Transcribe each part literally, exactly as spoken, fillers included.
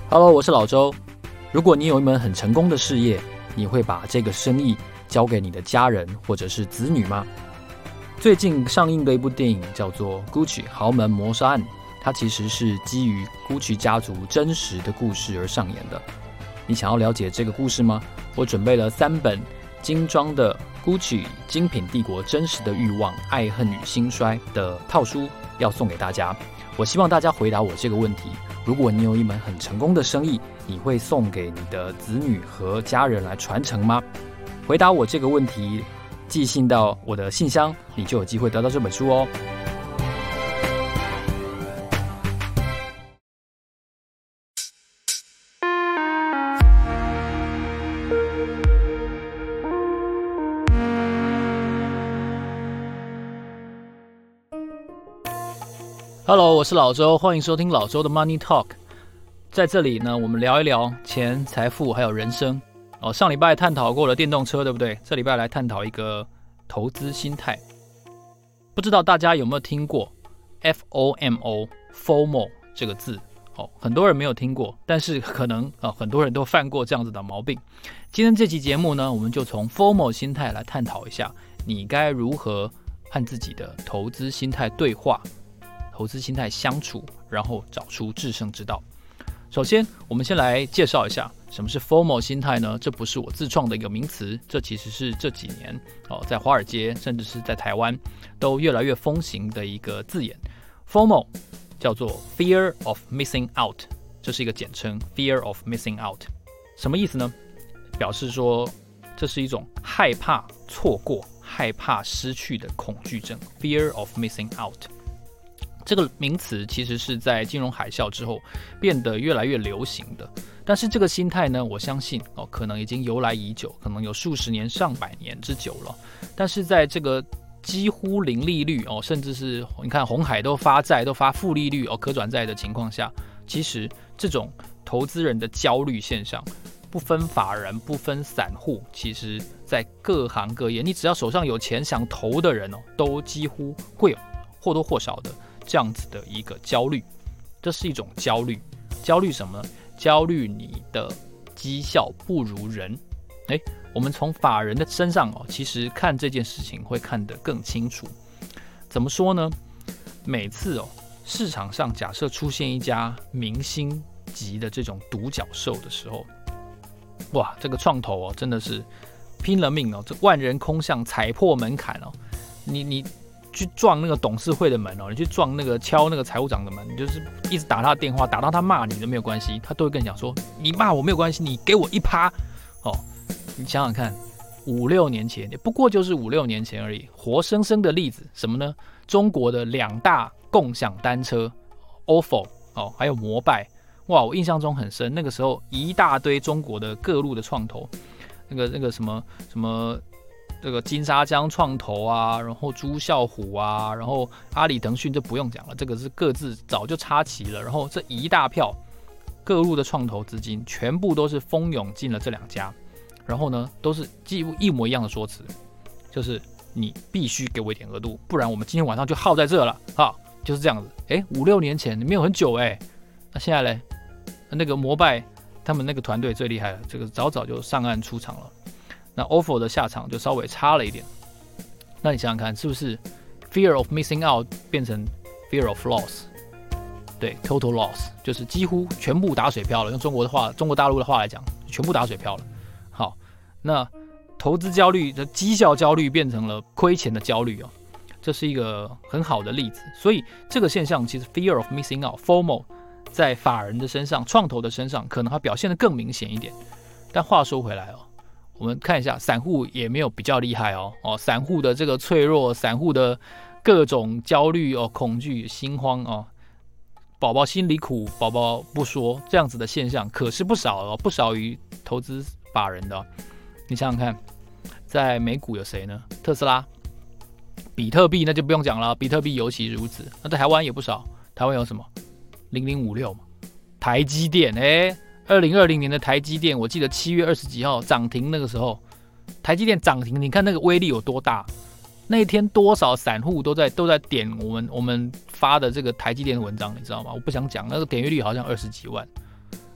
Hello， 我是老周。如果你有一门很成功的事业，你会把这个生意交给你的家人或者是子女吗？最近上映的一部电影叫做《Gucci 豪门谋杀案》，它其实是基于 Gucci 家族真实的故事而上演的。你想要了解这个故事吗？我准备了三本精装的 Gucci 精品帝国真实的欲望、爱恨与兴衰的套书要送给大家。我希望大家回答我这个问题：如果你有一门很成功的生意，你会送给你的子女和家人来传承吗？回答我这个问题，寄信到我的信箱，你就有机会得到这本书哦。Hello， 我是老周，欢迎收听老周的 Money Talk。在这里呢，我们聊一聊钱、财富还有人生。哦，上礼拜探讨过了电动车，对不对？这礼拜来探讨一个投资心态。不知道大家有没有听过 F O M O F O M O 这个字？哦，很多人没有听过，但是可能、哦、很多人都犯过这样子的毛病。今天这期节目呢，我们就从 F O M O 心态来探讨一下，你该如何和自己的投资心态对话。投资心态相处，然后找出制胜之道。首先，我们先来介绍一下什么是 F O M O 心态呢？这不是我自创的一个名词，这其实是这几年、哦、在华尔街甚至是在台湾都越来越风行的一个字眼。F O M O 叫做 Fear of Missing Out， 这是一个简称 Fear of Missing Out。 什么意思呢？表示说这是一种害怕错过、害怕失去的恐惧症 Fear of Missing Out。这个名词其实是在金融海啸之后变得越来越流行的，但是这个心态呢，我相信、哦、可能已经由来已久，可能有数十年、上百年之久了。但是在这个几乎零利率、哦、甚至是你看鸿海都发债、都发负利率、哦、可转债的情况下，其实这种投资人的焦虑现象，不分法人、不分散户，其实在各行各业，你只要手上有钱想投的人、哦、都几乎会有或多或少的这样子的一个焦虑。这是一种焦虑，焦虑什么呢？焦虑你的绩效不如人。诶，我们从法人的身上、哦、其实看这件事情会看得更清楚。怎么说呢？每次、哦、市场上假设出现一家明星级的这种独角兽的时候，哇，这个创投、哦、真的是拼了命哦，这万人空巷，踩破门槛哦。你你。去撞那个董事会的门哦，你去撞那个敲那个财务长的门，你就是一直打他的电话，打到他骂你都没有关系，他都会跟你讲说，你骂我没有关系，你给我一趴哦。你想想看，五六年前，不过就是五六年前而已，活生生的例子什么呢？中国的两大共享单车 O F O 哦，还有摩拜，哇，我印象中很深，那个时候一大堆中国的各路的创投，那个那个什么什么。这个金沙江创投啊，然后朱啸虎啊，然后阿里腾讯就不用讲了，这个是各自早就插旗了。然后这一大票各路的创投资金全部都是蜂拥进了这两家，然后呢都是几乎一模一样的说辞，就是你必须给我一点额度，不然我们今天晚上就耗在这了啊，就是这样子。哎，五六年前没有很久哎，那现在嘞，那个摩拜他们那个团队最厉害了，这个早早就上岸出场了。那 O F O 的下场就稍微差了一点。那你想想看，是不是 Fear of Missing Out 变成 Fear of Loss？ 对 ，Total Loss 就是几乎全部打水漂了。用中国的话，中国大陆的话来讲，全部打水漂了。好，那投资焦虑的绩效焦虑变成了亏钱的焦虑哦，这是一个很好的例子。所以这个现象其实 Fear of Missing Out F O M O 在法人的身上、创投的身上，可能它表现得更明显一点。但话说回来哦。我们看一下，散户也没有比较厉害哦。哦，散户的这个脆弱，散户的各种焦虑哦、恐惧、心慌哦，宝宝心里苦，宝宝不说，这样子的现象可是不少哦，不少于投资法人的、哦。你想想看，在美股有谁呢？特斯拉、比特币那就不用讲了，比特币尤其如此。那在台湾也不少，台湾有什么？零零五六嘛，台积电哎。二零二零年的台积电，我记得七月二十几号涨停，那个时候台积电涨停，你看那个威力有多大？那一天多少散户都在都在点我们我们发的这个台积电的文章，你知道吗？我不想讲，那个点阅率好像二十几万。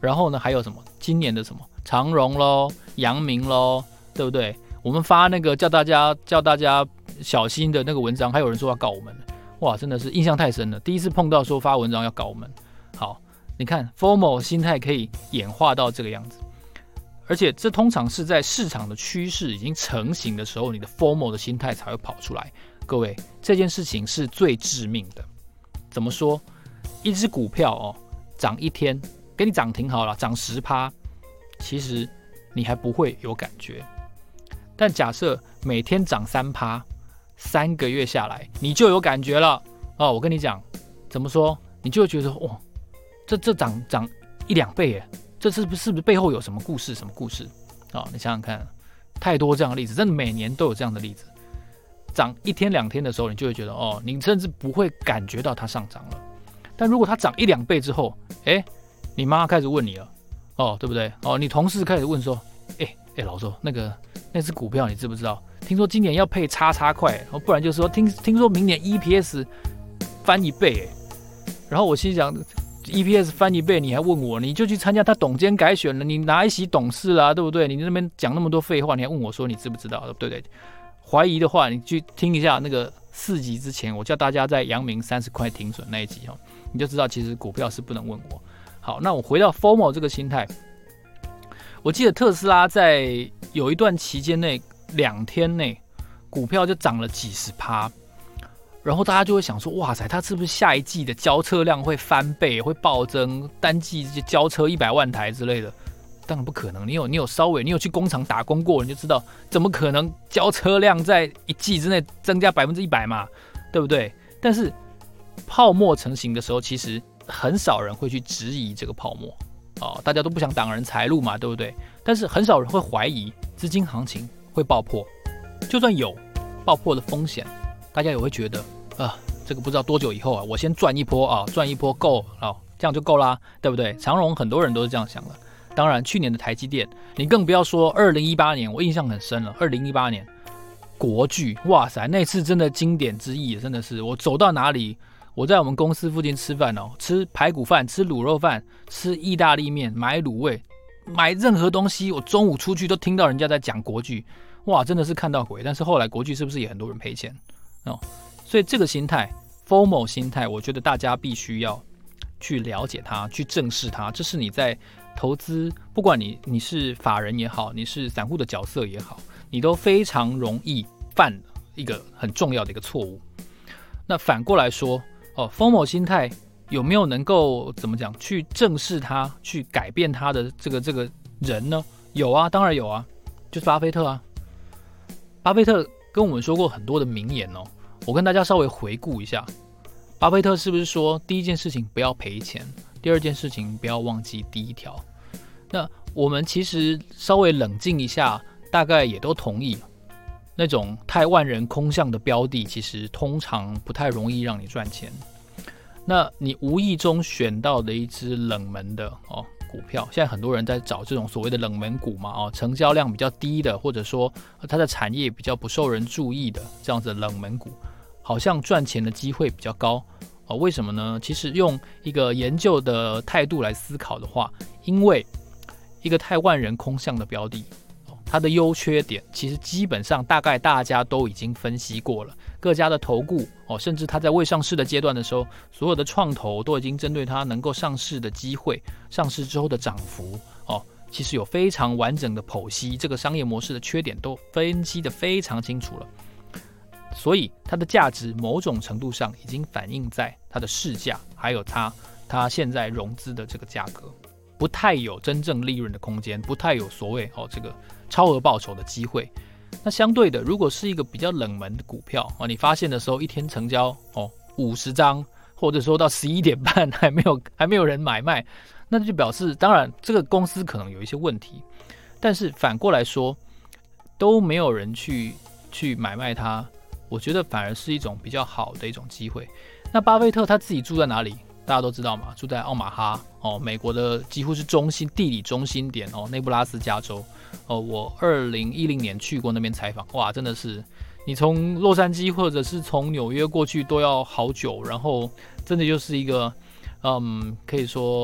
然后呢，还有什么？今年的什么长荣咯，阳明咯，对不对？我们发那个叫大家叫大家小心的那个文章，还有人说要告我们，哇，真的是印象太深了。第一次碰到说发文章要告我们。好，你看 F O M O 心态可以演化到这个样子，而且这通常是在市场的趋势已经成型的时候，你的 F O M O 的心态才会跑出来。各位，这件事情是最致命的。怎么说？一只股票哦，涨一天，给你涨停好了，涨 百分之十， 其实你还不会有感觉。但假设每天涨 百分之三， 三个月下来你就有感觉了哦。我跟你讲，怎么说？你就会觉得哇，这这涨涨一两倍耶，这是不是是不是背后有什么故事？什么故事啊、哦？你想想看，太多这样的例子，真的每年都有这样的例子。涨一天两天的时候，你就会觉得哦，你甚至不会感觉到它上涨了。但如果它涨一两倍之后，哎，你妈开始问你了，哦，对不对？哦，你同事开始问说，哎哎，老周，那个那只股票你知不知道？听说今年要配叉叉块，哦，不然就是说听听说明年 E P S 翻一倍，然后我心想 ，E P S 翻一倍，你还问我，你就去参加他董监改选了，你拿一席董事啦，对不对？你那边讲那么多废话，你还问我说你知不知道，对不对？怀疑的话，你去听一下那个四集之前，我叫大家在阳明三十块停损那一集哦，你就知道其实股票是不能问我。好，那我回到 F O M O 这个心态，我记得特斯拉在有一段期间内，两天内股票就涨了几十趴，然后大家就会想说，哇塞，它是不是下一季的交车量会翻倍，会暴增，单季交车一百万台之类的？当然不可能，你有你有稍微你有去工厂打工过，你就知道怎么可能交车量在一季之内增加百分之一百嘛，对不对？但是泡沫成型的时候，其实很少人会去质疑这个泡沫哦，大家都不想挡人财路嘛，对不对？但是很少人会怀疑资金行情会爆破，就算有爆破的风险，大家也会觉得啊，这个不知道多久以后啊，我先赚一波啊，赚一波够啊，这样就够啦，对不对？长荣很多人都是这样想的。当然，去年的台积电，你更不要说二零一八年，我印象很深了。二零一八年国巨，哇塞，那次真的经典之役，真的是我走到哪里，我在我们公司附近吃饭哦，吃排骨饭、吃卤肉饭、吃意大利面、买卤味、买任何东西，我中午出去都听到人家在讲国巨，哇，真的是看到鬼。但是后来国巨是不是也很多人赔钱哦？所以这个心态 ，F O M O 心态，我觉得大家必须要去了解它，去正视它，这是你在投资，不管你你是法人也好，你是散户的角色也好，你都非常容易犯一个很重要的一个错误。那反过来说，哦 ，F O M O 心态有没有能够怎么讲去正视它，去改变它的这个这个人呢？有啊，当然有啊，就是巴菲特啊。巴菲特跟我们说过很多的名言哦，我跟大家稍微回顾一下。巴菲特是不是说，第一件事情不要赔钱？第二件事情不要忘记第一条。那我们其实稍微冷静一下，大概也都同意，那种太万人空巷的标的，其实通常不太容易让你赚钱。那你无意中选到的一只冷门的哦股票，现在很多人在找这种所谓的冷门股嘛，哦，成交量比较低的，或者说它的产业比较不受人注意的这样子的冷门股，好像赚钱的机会比较高。哦，为什么呢？其实用一个研究的态度来思考的话，因为一个太万人空巷的标的，哦，它的优缺点其实基本上大概大家都已经分析过了，各家的投顾，哦，甚至它在未上市的阶段的时候，所有的创投都已经针对它能够上市的机会、上市之后的涨幅，哦，其实有非常完整的剖析，这个商业模式的缺点都分析得非常清楚了。所以它的价值某种程度上已经反映在它的市价，还有它它现在融资的这个价格，不太有真正利润的空间，不太有所谓哦这个超额报酬的机会。那相对的，如果是一个比较冷门的股票哦，你发现的时候一天成交哦五十张，或者说到十一点半还没有还没有人买卖，那就表示当然这个公司可能有一些问题，但是反过来说都没有人去去买卖它。我觉得反而是一种比较好的一种机会。那巴菲特他自己住在哪里？大家都知道嘛，住在奥马哈哦，美国的几乎是中心地理中心点哦，内布拉斯加州哦。我二零一零年去过那边采访，哇，真的是你从洛杉矶或者是从纽约过去都要好久，然后真的就是一个嗯，可以说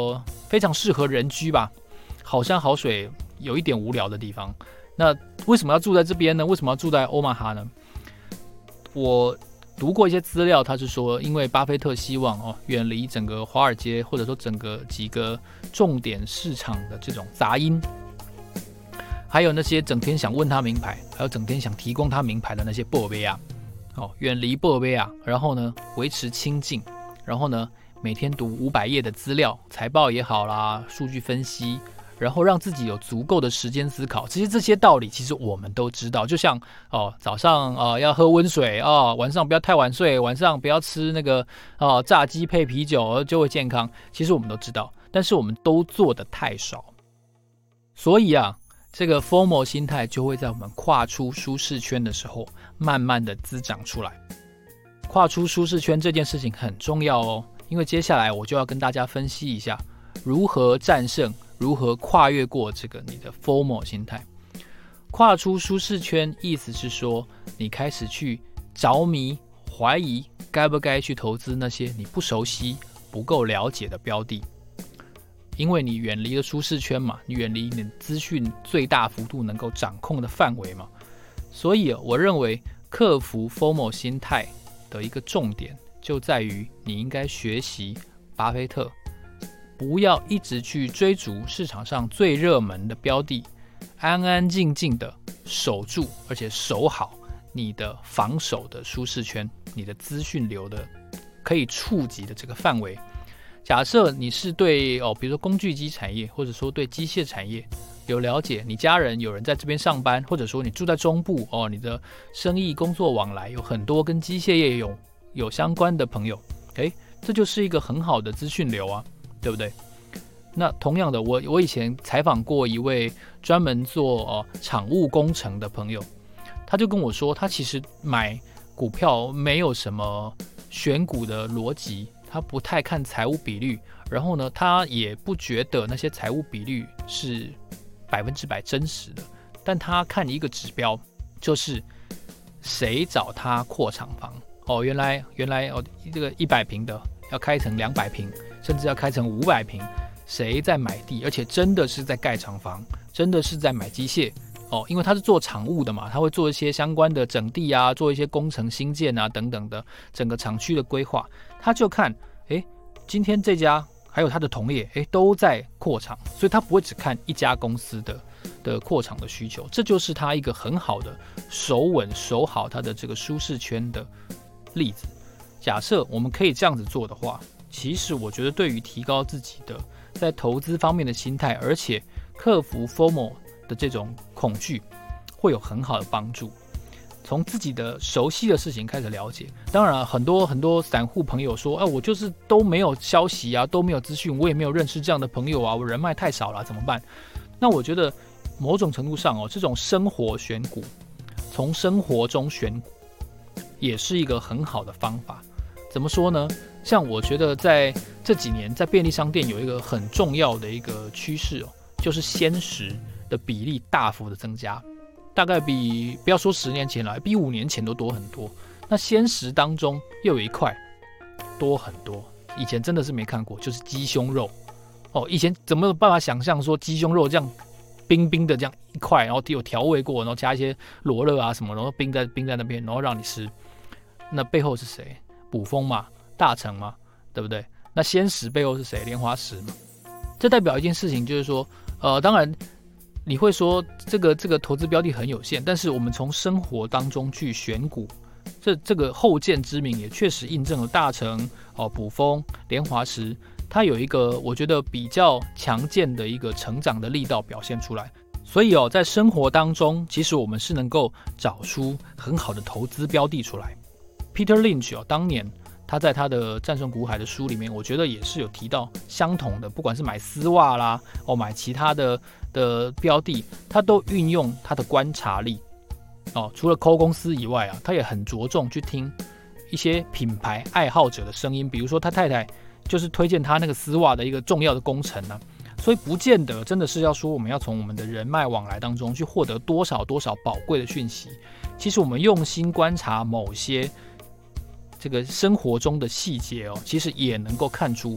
非常适合人居吧，好山好水，有一点无聊的地方。那为什么要住在这边呢？为什么要住在欧马哈呢？我读过一些资料，他是说，因为巴菲特希望哦远离整个华尔街或者说整个几个重点市场的这种杂音，还有那些整天想问他名牌，还有整天想提供他名牌的那些波贝啊，哦，远离波贝啊，然后呢维持清静，然后呢每天读五百页的资料，财报也好啦，数据分析。然后让自己有足够的时间思考，其实这些道理其实我们都知道，就像哦早上呃要喝温水哦，晚上不要太晚睡，晚上不要吃那个哦炸鸡配啤酒就会健康，其实我们都知道，但是我们都做得太少，所以啊这个 F O M O 心态就会在我们跨出舒适圈的时候慢慢的滋长出来。跨出舒适圈这件事情很重要哦，因为接下来我就要跟大家分析一下如何战胜如何跨越过这个你的 F O M O 心态。跨出舒适圈意思是说你开始去着迷怀疑该不该去投资那些你不熟悉不够了解的标的，因为你远离了舒适圈嘛，你远离你的资讯最大幅度能够掌控的范围嘛，所以我认为克服 F O M O 心态的一个重点就在于你应该学习巴菲特，不要一直去追逐市场上最热门的标的，安安静静的守住，而且守好你的防守的舒适圈，你的资讯流的可以触及的这个范围。假设你是对哦，比如说工具机产业，或者说对机械产业有了解，你家人有人在这边上班，或者说你住在中部哦，你的生意工作往来有很多跟机械业有有相关的朋友，诶，这就是一个很好的资讯流啊。对不对？那同样的，我我以前采访过一位专门做、呃、场务工程的朋友，他就跟我说，他其实买股票没有什么选股的逻辑，他不太看财务比率，然后呢，他也不觉得那些财务比率是百分之百真实的，但他看一个指标，就是谁找他扩厂房哦，原来原来哦，这个一百平的要开成两百平。甚至要开成五百平，谁在买地，而且真的是在盖厂房，真的是在买机械哦，因为他是做厂务的嘛，他会做一些相关的整地啊，做一些工程新建啊等等的整个厂区的规划，他就看，诶，今天这家还有他的同业，诶，都在扩厂，所以他不会只看一家公司的的扩厂的需求，这就是他一个很好的守稳守好他的这个舒适圈的例子。假设我们可以这样子做的话，其实我觉得对于提高自己的在投资方面的心态，而且克服 F O M O 的这种恐惧，会有很好的帮助。从自己的熟悉的事情开始了解，当然很多很多散户朋友说，哎，我就是都没有消息啊，都没有资讯，我也没有认识这样的朋友啊，我人脉太少了，怎么办？那我觉得某种程度上哦，这种生活选股，从生活中选股，也是一个很好的方法。怎么说呢？像我觉得在这几年，在便利商店有一个很重要的一个趋势哦，就是鲜食的比例大幅的增加，大概比不要说十年前了，比五年前都多很多。那鲜食当中又有一块多很多，以前真的是没看过，就是鸡胸肉哦。以前怎么有办法想象说鸡胸肉这样冰冰的这样一块，然后有调味过，然后加一些罗勒啊什么，然后冰在冰在那边，然后让你吃。那背后是谁？卜蜂嘛，大成嘛，对不对？那鲜食背后是谁？莲花石嘛。这代表一件事情，就是说，呃，当然你会说这个这个投资标的很有限，但是我们从生活当中去选股，这这个后见之明也确实印证了大成哦、卜蜂、莲花石，它有一个我觉得比较强健的一个成长的力道表现出来。所以哦，在生活当中，其实我们是能够找出很好的投资标的出来。Peter Lynch 哦，当年他在他的《战胜股海》的书里面，我觉得也是有提到相同的，不管是买丝袜啦，哦，买其他的的标的，他都运用他的观察力哦。除了抠公司以外啊，他也很着重去听一些品牌爱好者的声音，比如说他太太就是推荐他那个丝袜的一个重要的工程啊。所以不见得真的是要说我们要从我们的人脉往来当中去获得多少多少宝贵的讯息，其实我们用心观察某些这个生活中的细节哦，其实也能够看出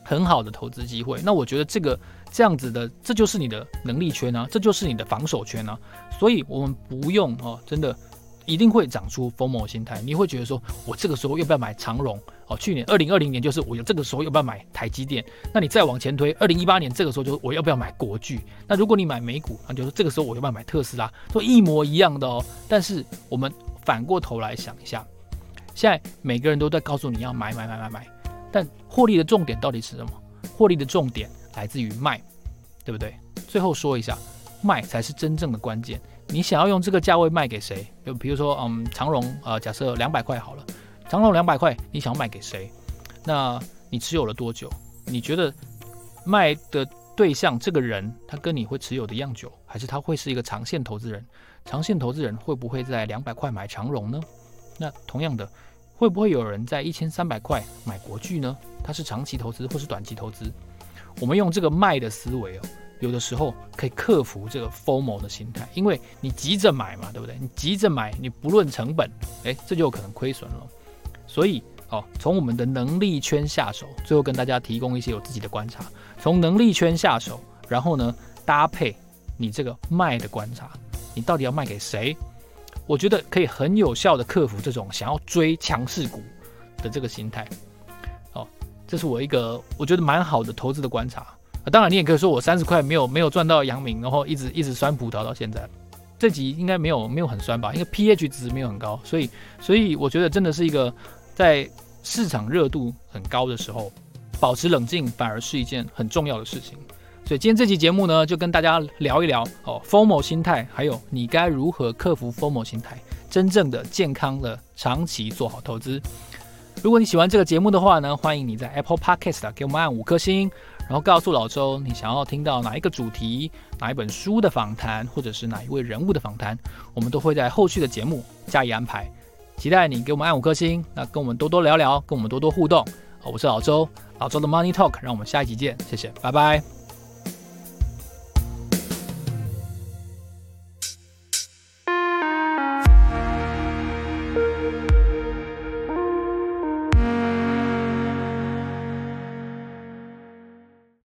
很好的投资机会。那我觉得这个这样子的，这就是你的能力圈啊，这就是你的防守圈啊。所以我们不用哦，真的一定会长出 FOMO 心态。你会觉得说，我这个时候要不要买长荣？哦，去年二零二零年就是我有这个时候要不要买台积电？那你再往前推，二零一八年这个时候就是我要不要买国巨？那如果你买美股，那就是这个时候我要不要买特斯拉？都一模一样的哦。但是我们反过头来想一下，现在每个人都在告诉你要买买买买买，但获利的重点到底是什么？获利的重点来自于卖，对不对？最后说一下，卖才是真正的关键。你想要用这个价位卖给谁？就比如说，嗯，长荣，呃，假设两百块好了。长荣两百块，你想卖给谁？那你持有了多久？你觉得卖的对象这个人，他跟你会持有的一样久，还是他会是一个长线投资人？长线投资人会不会在两百块买长荣呢？那同样的，会不会有人在一千三百块买国巨呢？他是长期投资或是短期投资？我们用这个卖的思维哦，有的时候可以克服这个 FOMO 的心态，因为你急着买嘛，对不对？你急着买，你不论成本，哎，这就有可能亏损了。所以，哦，从我们的能力圈下手，最后跟大家提供一些我自己的观察。从能力圈下手，然后呢，搭配你这个卖的观察，你到底要卖给谁？我觉得可以很有效的克服这种想要追强势股的这个心态。哦，这是我一个我觉得蛮好的投资的观察。啊、当然，你也可以说我三十块没有没有赚到阳明，然后一直一直酸葡萄到现在。这集应该没有没有很酸吧？因为 pH 值没有很高，所以所以我觉得真的是一个。在市场热度很高的时候，保持冷静反而是一件很重要的事情。所以今天这期节目呢，就跟大家聊一聊哦 FOMO 心态，还有你该如何克服 FOMO 心态，真正的健康的长期做好投资。如果你喜欢这个节目的话呢，欢迎你在 Apple Podcast 给我们按五颗星，然后告诉老周你想要听到哪一个主题、哪一本书的访谈，或者是哪一位人物的访谈，我们都会在后续的节目加以安排。期待你给我们按五颗星，那跟我们多多聊聊，跟我们多多互动。我是老周，老周的 Money Talk， 让我们下一集见，谢谢，拜拜。